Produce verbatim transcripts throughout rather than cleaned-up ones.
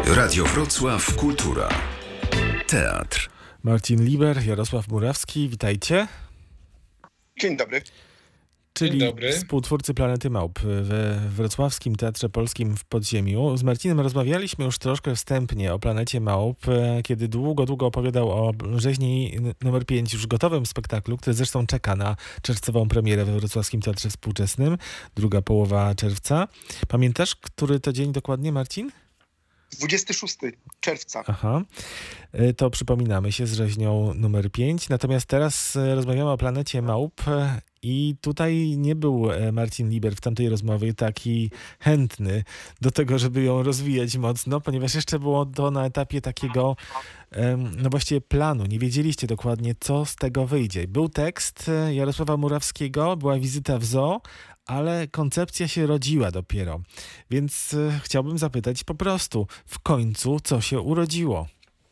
Radio Wrocław Kultura. Teatr. Marcin Liber, Jarosław Murawski, witajcie. Dzień dobry. Czyli Dzień dobry. współtwórcy Planety Małp we Wrocławskim Teatrze Polskim w Podziemiu. Z Marcinem rozmawialiśmy już troszkę wstępnie o Planecie Małp, kiedy długo, długo opowiadał o Rzeźni numer pięć, już gotowym spektaklu, który zresztą czeka na czerwcową premierę we Wrocławskim Teatrze Współczesnym, druga połowa czerwca. Pamiętasz, który to dzień dokładnie, Marcin? dwudziestego szóstego czerwca. Aha, to przypominamy się z Rzeźnią numer pięć. Natomiast teraz rozmawiamy o Planecie Małp i tutaj nie był Marcin Liber w tamtej rozmowie taki chętny do tego, żeby ją rozwijać mocno, ponieważ jeszcze było to na etapie takiego, no właściwie planu. Nie wiedzieliście dokładnie, co z tego wyjdzie. Był tekst Jarosława Murawskiego, była wizyta w zoo, ale koncepcja się rodziła dopiero. Więc y, chciałbym zapytać po prostu, w końcu co się urodziło?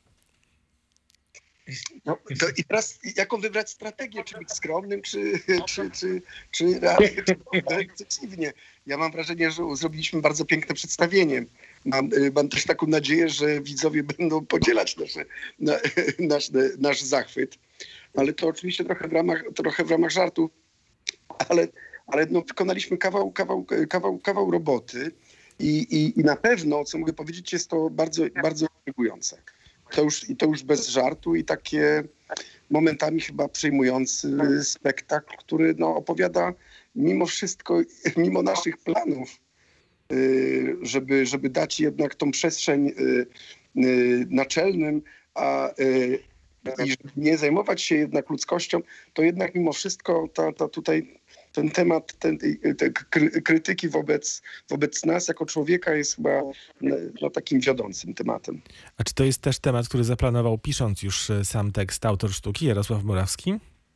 No, to i teraz jaką wybrać strategię? Czy być skromnym, czy, czy, czy, czy realnie, czy agresywnie? Ja mam wrażenie, że zrobiliśmy bardzo piękne przedstawienie. Mam, mam też taką nadzieję, że widzowie będą podzielać nasze, na, nasz, nasz zachwyt. Ale to oczywiście trochę w ramach, trochę w ramach żartu. Ale Ale no, wykonaliśmy kawał, kawał, kawał, kawał roboty i, i, i na pewno, co mogę powiedzieć, jest to bardzo, bardzo intrygujące. To już, I to już bez żartu i takie momentami chyba przejmujący spektakl, który no, opowiada mimo wszystko, mimo naszych planów, żeby, żeby dać jednak tą przestrzeń naczelnym, a i żeby nie zajmować się jednak ludzkością, to jednak mimo wszystko ta, ta tutaj ten temat ten, te krytyki wobec, wobec nas jako człowieka jest chyba no, takim wiodącym tematem. A czy to jest też temat, który zaplanował, pisząc już sam tekst, autor sztuki Jarosław Murawski?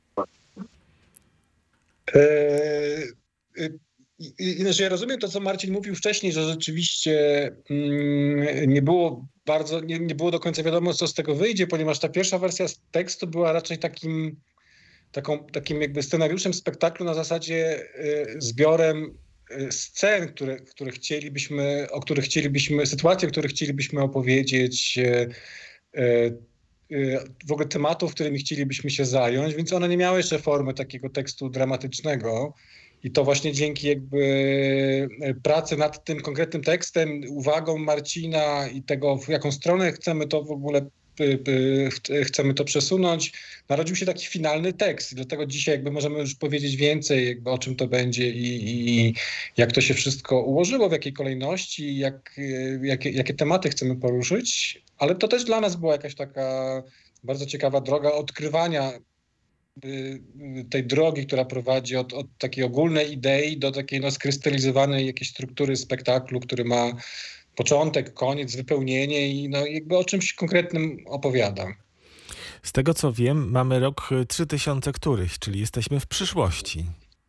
Eee, znaczy ja rozumiem to, co Marcin mówił wcześniej, że rzeczywiście mm, nie było bardzo, nie, nie było do końca wiadomo, co z tego wyjdzie, ponieważ ta pierwsza wersja tekstu była raczej takim Taką, takim jakby scenariuszem spektaklu na zasadzie y, zbiorem y, scen, które, które chcielibyśmy, o których chcielibyśmy, sytuacji, o których chcielibyśmy opowiedzieć, y, y, y, w ogóle tematów, którymi chcielibyśmy się zająć, więc one nie miały jeszcze formy takiego tekstu dramatycznego. I to właśnie dzięki jakby pracy nad tym konkretnym tekstem, uwagą Marcina i tego, w jaką stronę chcemy to w ogóle chcemy to przesunąć, narodził się taki finalny tekst. Dlatego dzisiaj jakby możemy już powiedzieć więcej jakby o czym to będzie i, i jak to się wszystko ułożyło, w jakiej kolejności, jak, jakie, jakie tematy chcemy poruszyć. Ale to też dla nas była jakaś taka bardzo ciekawa droga odkrywania tej drogi, która prowadzi od, od takiej ogólnej idei do takiej no, skrystalizowanej jakiejś struktury spektaklu, który ma początek, koniec, wypełnienie i no jakby o czymś konkretnym opowiada. Z tego co wiem, mamy rok trzy tysiące któryś, czyli jesteśmy w przyszłości.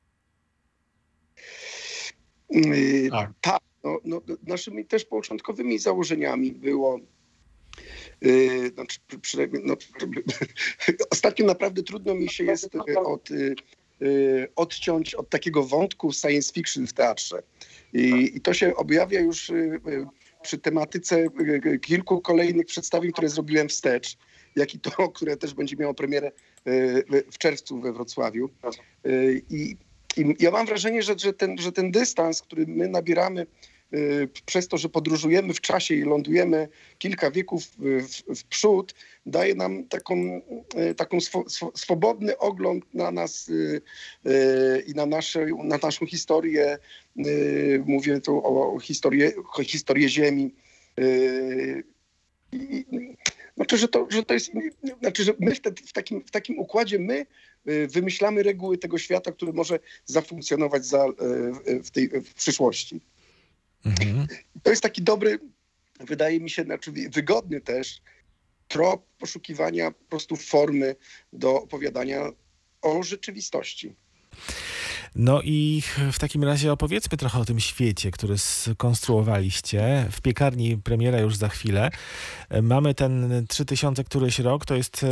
Yy, tak, no, no, naszymi też początkowymi założeniami było yy, no, przynajmniej, no, ostatnio naprawdę trudno mi się jest od, yy, odciąć od takiego wątku science fiction w teatrze. I, I to się objawia już y, przy tematyce y, kilku kolejnych przedstawień, które zrobiłem wstecz, jak i to, które też będzie miało premierę y, w czerwcu we Wrocławiu. Y, i, I ja mam wrażenie, że, że, ten, że ten dystans, który my nabieramy y, przez to, że podróżujemy w czasie i lądujemy kilka wieków w, w przód, daje nam taką, y, taką swo, swo, swobodny ogląd na nas y, y, i na, nasze, na naszą historię. Yy, mówię tu o, o historię, o historię Ziemi. Yy, i, znaczy, że to, że to jest, znaczy, że my wtedy w takim, w takim układzie my yy, wymyślamy reguły tego świata, który może zafunkcjonować za, yy, w tej w przyszłości. Mhm. To jest taki dobry, wydaje mi się, znaczy wygodny też trop poszukiwania po prostu formy do opowiadania o rzeczywistości. No i w takim razie opowiedzmy trochę o tym świecie, który skonstruowaliście. W piekarni premiera już za chwilę. Mamy ten trzy tysiące któryś rok. To jest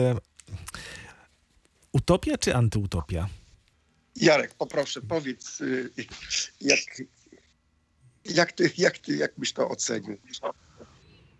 utopia czy antyutopia? Jarek, poproszę, powiedz, jak, jak, ty, jak, ty, jak byś to ocenił?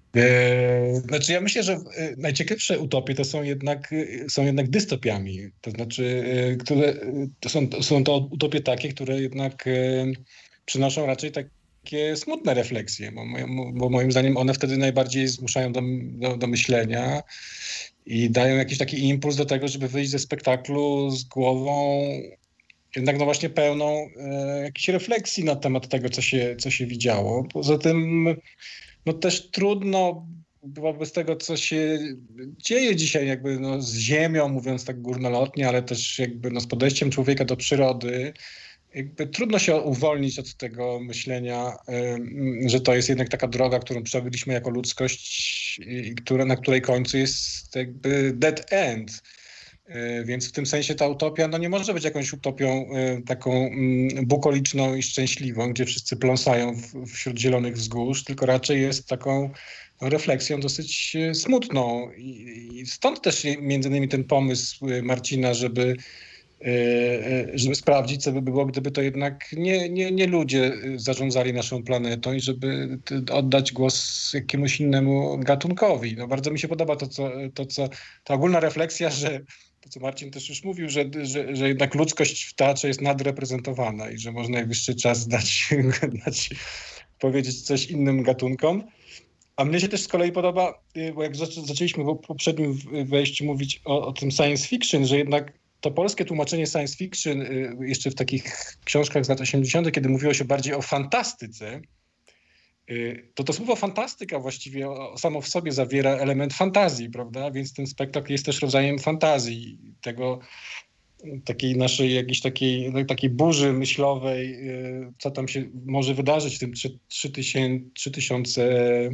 Znaczy ja myślę, że najciekawsze utopie to są jednak, są jednak dystopiami. To znaczy, które, to są, są to utopie takie, które jednak przynoszą raczej takie smutne refleksje, bo, bo moim zdaniem one wtedy najbardziej zmuszają do, do, do myślenia i dają jakiś taki impuls do tego, żeby wyjść ze spektaklu z głową jednak no właśnie pełną e, jakiejś refleksji na temat tego, co się, co się widziało. Poza tym no też trudno byłoby z tego, co się dzieje dzisiaj jakby no z ziemią, mówiąc tak górnolotnie, ale też jakby no z podejściem człowieka do przyrody, jakby trudno się uwolnić od tego myślenia, y, że to jest jednak taka droga, którą przebyliśmy jako ludzkość i która, na której końcu jest jakby dead end. Więc w tym sensie ta utopia no nie może być jakąś utopią y, taką y, bukoliczną i szczęśliwą, gdzie wszyscy pląsają w, wśród zielonych wzgórz, tylko raczej jest taką no, refleksją dosyć y, smutną. I, I stąd też między innymi ten pomysł y, Marcina, żeby, y, y, żeby sprawdzić, co by było, gdyby to jednak nie, nie, nie ludzie zarządzali naszą planetą i żeby y, oddać głos jakiemuś innemu gatunkowi. No, bardzo mi się podoba to, co, to, co ta ogólna refleksja, że to, co Marcin też już mówił, że, że, że jednak ludzkość w teatrze jest nadreprezentowana i że może najwyższy czas dać, dać powiedzieć coś innym gatunkom. A mnie się też z kolei podoba, bo jak zaczęliśmy w poprzednim wejściu mówić o, o tym science fiction, że jednak to polskie tłumaczenie science fiction jeszcze w takich książkach z lat osiemdziesiątych, kiedy mówiło się bardziej o fantastyce, to to słowo fantastyka właściwie samo w sobie zawiera element fantazji, prawda? Więc ten spektakl jest też rodzajem fantazji, tego takiej naszej jakiejś takiej, no, takiej burzy myślowej, co tam się może wydarzyć w tym trzy tysiące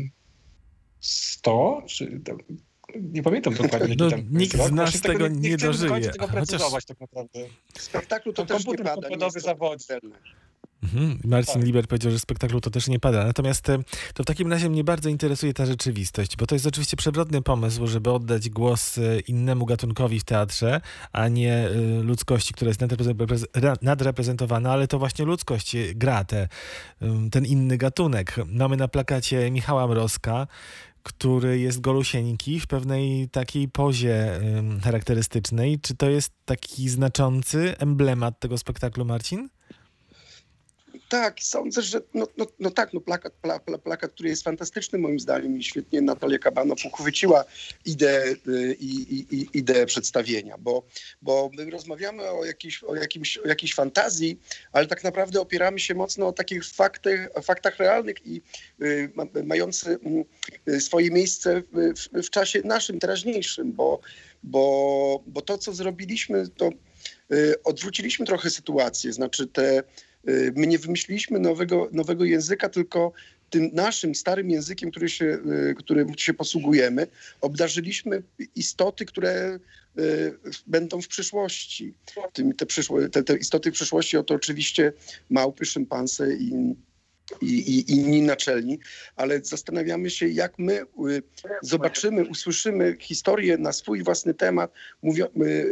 sto? Czy, nie pamiętam dokładnie. No, tam nikt z nas tego, tego nie, nie dożyje. Nie chcę tego precyzować Chociaż... tak naprawdę. W spektaklu to, to też nie pada. Komputer zawodzi. Mhm. Marcin tak. Liber powiedział, że w spektaklu to też nie pada. Natomiast to w takim razie mnie bardzo interesuje ta rzeczywistość, bo to jest oczywiście przewrotny pomysł, żeby oddać głos innemu gatunkowi w teatrze, a nie ludzkości, która jest nadreprezentowana, ale to właśnie ludzkość gra te, ten inny gatunek. Mamy na plakacie Michała Mrozka, który jest golusieńki w pewnej takiej pozie ym, charakterystycznej. Czy to jest taki znaczący emblemat tego spektaklu, Marcin? Tak, sądzę, że no, no, no tak, no plakat, pla, pla, plakat, który jest fantastyczny moim zdaniem i świetnie Natalia Kabanow uchwyciła ideę, i, i, i, ideę przedstawienia, bo, bo my rozmawiamy o, jakiejś, o, jakimś, o jakiejś fantazji, ale tak naprawdę opieramy się mocno o takich faktach, faktach realnych i y, mających y, swoje miejsce w, w, w czasie naszym, teraźniejszym, bo, bo, bo to, co zrobiliśmy, to y, odwróciliśmy trochę sytuację, znaczy te my nie wymyśliliśmy nowego, nowego języka, tylko tym naszym starym językiem, który się, którym się posługujemy, obdarzyliśmy istoty, które będą w przyszłości. Te, przyszło, te, te istoty w przyszłości to oczywiście małpy, szympanse i, i, i inni naczelni, ale zastanawiamy się, jak my zobaczymy, usłyszymy historię na swój własny temat, mówią,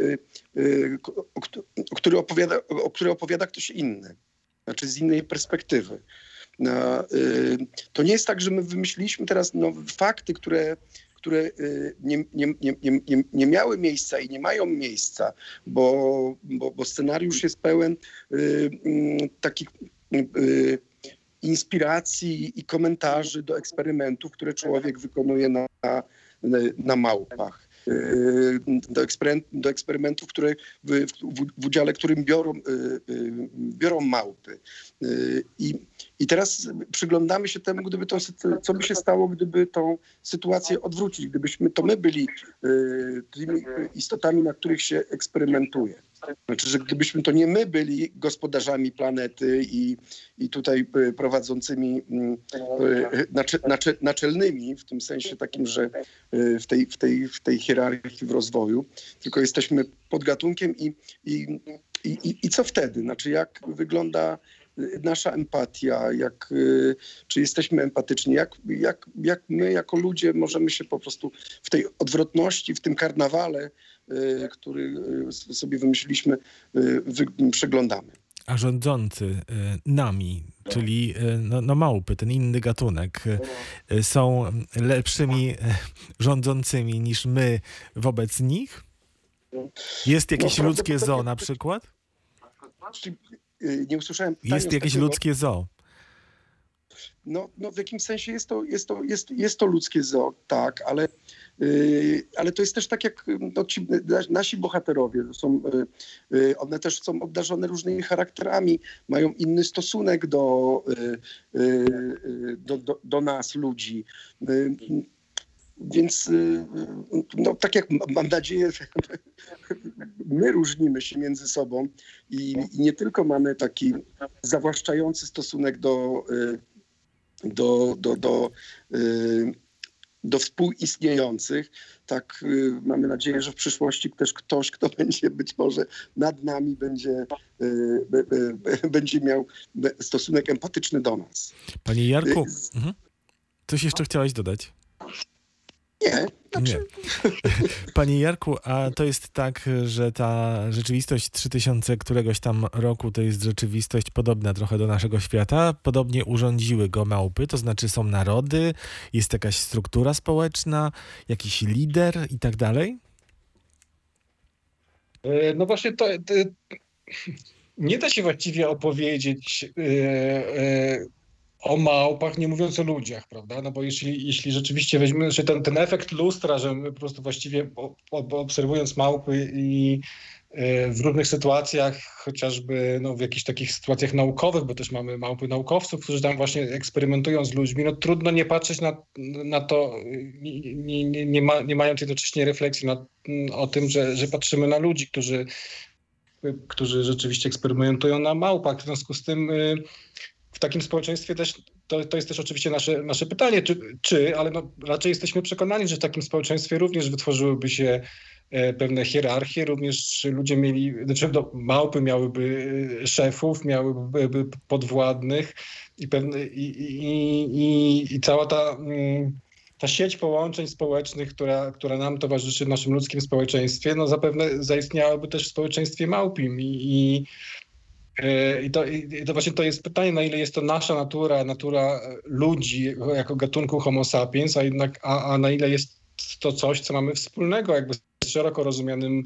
o, o, który opowiada, o której opowiada ktoś inny. Znaczy z innej perspektywy. No, y, to nie jest tak, że my wymyśliliśmy teraz no, fakty, które, które y, nie, nie, nie, nie, nie miały miejsca i nie mają miejsca, bo, bo, bo scenariusz jest pełen y, y, takich y, inspiracji i komentarzy do eksperymentów, które człowiek wykonuje na, na małpach. Do, eksperyment, do eksperymentów, które w, w, w udziale którym biorą, biorą małpy. I, I teraz przyglądamy się temu, gdyby to, co by się stało, gdyby tą sytuację odwrócić, gdybyśmy to my byli tymi istotami, na których się eksperymentuje. Znaczy, że gdybyśmy to nie my byli gospodarzami planety i, i tutaj prowadzącymi nacze, nacze, naczelnymi, w tym sensie takim, że w tej, w tej, w tej hierarchii w rozwoju, tylko jesteśmy podgatunkiem i, i, i, i co wtedy? Znaczy, jak wygląda nasza empatia, jak, czy jesteśmy empatyczni, jak, jak, jak my jako ludzie możemy się po prostu w tej odwrotności, w tym karnawale, który sobie wymyśliliśmy, przeglądamy. a rządzący y, nami, czyli y, no, no małpy, ten inny gatunek, y, są lepszymi y, rządzącymi niż my wobec nich? Jest jakieś No, ludzkie zoo na przykład? Nie usłyszałem pytania Jest jakieś takiego. ludzkie zoo? No, no w jakimś sensie jest to, jest to, jest, jest to ludzkie zoo, tak, ale, yy, ale to jest też tak jak no, ci, nasi bohaterowie, są, yy, one też są obdarzone różnymi charakterami, mają inny stosunek do, yy, yy, do, do, do nas, ludzi. Yy, Więc no, tak jak mam nadzieję, my różnimy się między sobą i, i nie tylko mamy taki zawłaszczający stosunek do, do, do, do, do współistniejących, tak mamy nadzieję, że w przyszłości też ktoś, kto będzie być może nad nami, będzie, będzie miał stosunek empatyczny do nas. Panie Jarku, mhm. coś jeszcze chciałeś dodać? Nie. Znaczy... Nie. Panie Jarku, a to jest tak, że ta rzeczywistość trzy tysiące któregoś tam roku to jest rzeczywistość podobna trochę do naszego świata? Podobnie urządziły go małpy, to znaczy są narody, jest jakaś struktura społeczna, jakiś lider i tak dalej? No właśnie to... to nie da się właściwie opowiedzieć... Yy, yy... o małpach, nie mówiąc o ludziach, prawda? No bo jeśli, jeśli rzeczywiście weźmiemy, że ten, ten efekt lustra, że my po prostu właściwie o, o, obserwując małpy i y, w różnych sytuacjach, chociażby no, w jakichś takich sytuacjach naukowych, bo też mamy małpy naukowców, którzy tam właśnie eksperymentują z ludźmi, no trudno nie patrzeć na, na to, nie, nie, nie, ma, nie mając jednocześnie refleksji na, o tym, że, że patrzymy na ludzi, którzy, którzy rzeczywiście eksperymentują na małpach. W związku z tym y, w takim społeczeństwie też, to, to jest też oczywiście nasze, nasze pytanie, czy, czy ale no, raczej jesteśmy przekonani, że w takim społeczeństwie również wytworzyłyby się e, pewne hierarchie, również ludzie mieli, znaczy no, małpy miałyby szefów, miałyby podwładnych i, pewne, i, i, i, i cała ta, ta sieć połączeń społecznych, która, która nam towarzyszy w naszym ludzkim społeczeństwie, no zapewne zaistniałaby też w społeczeństwie małpim i, i I to, I to właśnie to jest pytanie, na ile jest to nasza natura, natura ludzi jako gatunku homo sapiens, a jednak a, a na ile jest to coś, co mamy wspólnego jakby z szeroko rozumianym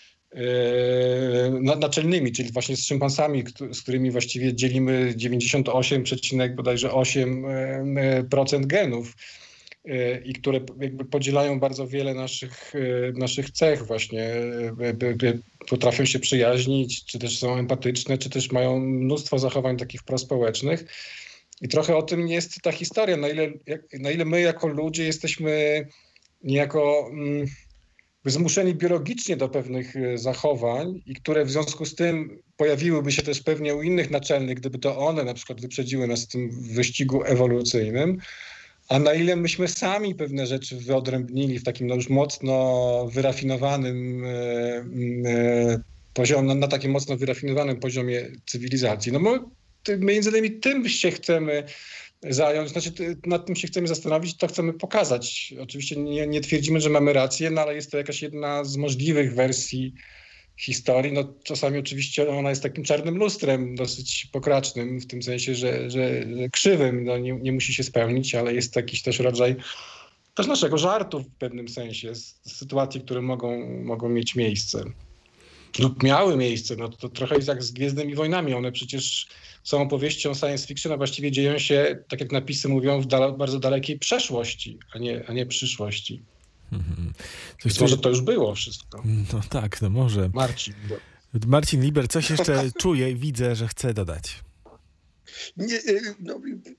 yy, naczelnymi, czyli właśnie z szympansami, z którymi właściwie dzielimy dziewięćdziesiąt osiem przecinek bodajże osiem procent genów i które jakby podzielają bardzo wiele naszych, naszych cech właśnie, potrafią się przyjaźnić, czy też są empatyczne, czy też mają mnóstwo zachowań takich prospołecznych. I trochę o tym jest ta historia, na ile, na ile my jako ludzie jesteśmy niejako mm, zmuszeni biologicznie do pewnych zachowań i które w związku z tym pojawiłyby się też pewnie u innych naczelnych, gdyby to one na przykład wyprzedziły nas w tym wyścigu ewolucyjnym. A na ile myśmy sami pewne rzeczy wyodrębnili w takim no już mocno wyrafinowanym e, e, poziomie, na takim mocno wyrafinowanym poziomie cywilizacji. No my, między innymi tym się chcemy zająć, znaczy nad tym się chcemy zastanowić, to chcemy pokazać. Oczywiście nie, nie twierdzimy, że mamy rację, no ale jest to jakaś jedna z możliwych wersji historii. No czasami oczywiście ona jest takim czarnym lustrem, dosyć pokracznym, w tym sensie, że, że, że krzywym, no nie, nie musi się spełnić, ale jest jakiś też rodzaj też naszego żartu w pewnym sensie z, z sytuacji, które mogą, mogą mieć miejsce lub miały miejsce. No to trochę jest jak z Gwiezdnymi Wojnami. One przecież są opowieścią science fiction, a właściwie dzieją się, tak jak napisy mówią, w dale, bardzo dalekiej przeszłości, a nie, a nie przyszłości. Mhm. Coś może to już było wszystko. No tak, no może. Marcin. Marcin Liber, coś jeszcze czuje i widzę, że chce dodać. Nie, no,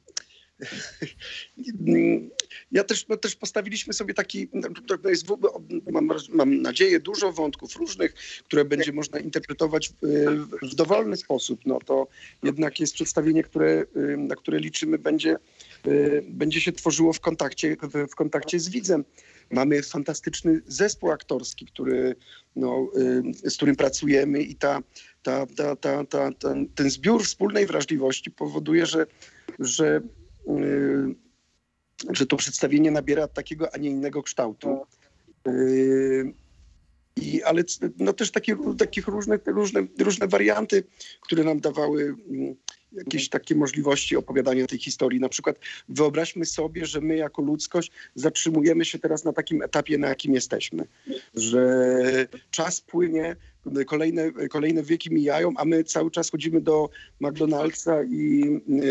ja też, no, też postawiliśmy sobie taki, to jest, mam, mam nadzieję, dużo wątków różnych, które będzie można interpretować w, w dowolny sposób. No to jednak jest przedstawienie, które, na które liczymy, będzie, będzie się tworzyło w kontakcie, w, w kontakcie z widzem. Mamy fantastyczny zespół aktorski, który, no, z którym pracujemy i ta, ta, ta, ta, ta, ten, ten zbiór wspólnej wrażliwości powoduje, że, że, yy, że to przedstawienie nabiera takiego, a nie innego kształtu. Yy, I, ale no też takie, takich różne, różne, różne warianty, które nam dawały jakieś takie możliwości opowiadania tej historii. Na przykład wyobraźmy sobie, że my jako ludzkość zatrzymujemy się teraz na takim etapie, na jakim jesteśmy. Że czas płynie, kolejne, kolejne wieki mijają, a my cały czas chodzimy do McDonald'sa i,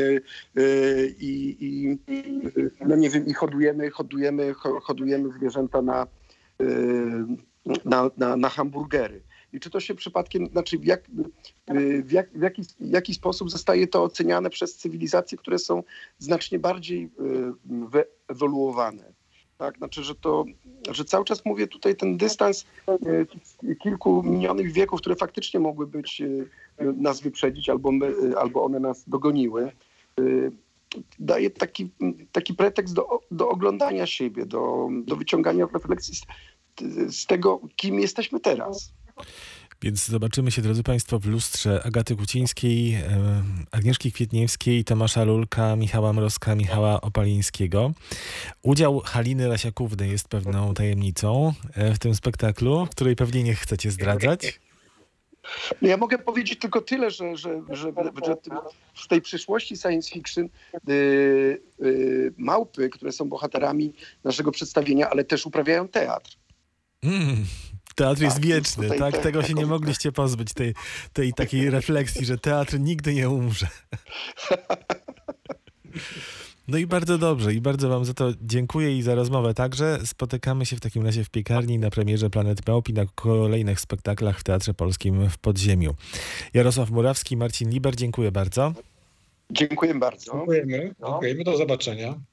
i, i no nie wiem, i hodujemy, hodujemy, hodujemy zwierzęta na, na, na, na hamburgery. I czy to się przypadkiem, znaczy w, jak, w, jak, w jaki, jaki sposób zostaje to oceniane przez cywilizacje, które są znacznie bardziej wyewoluowane. Tak? Znaczy, że to, że cały czas mówię tutaj ten dystans kilku minionych wieków, które faktycznie mogły być, nas wyprzedzić, albo, my, albo one nas dogoniły, daje taki, taki pretekst do, do oglądania siebie, do, do wyciągania refleksji z, z tego, kim jesteśmy teraz. Więc zobaczymy się, drodzy Państwo, w lustrze Agaty Kucińskiej, Agnieszki Kwietniewskiej, Tomasza Lulka, Michała Mrozka, Michała Opalińskiego. Udział Haliny Lasiakówny jest pewną tajemnicą w tym spektaklu, której pewnie nie chcecie zdradzać. No ja mogę powiedzieć tylko tyle, że, że, że, że w tej przyszłości science fiction yy, yy, małpy, które są bohaterami naszego przedstawienia, ale też uprawiają teatr. Mm. Teatr jest tak, wieczny, tak? te, Tego się taką... nie mogliście pozbyć, tej, tej takiej refleksji, że teatr nigdy nie umrze. No i bardzo dobrze i bardzo wam za to dziękuję i za rozmowę także. Spotykamy się w takim razie w piekarni na premierze Planet Małp i na kolejnych spektaklach w Teatrze Polskim w Podziemiu. Jarosław Murawski, Marcin Liber, dziękuję bardzo. Dziękuję bardzo. Dziękujemy, dziękujemy, do zobaczenia.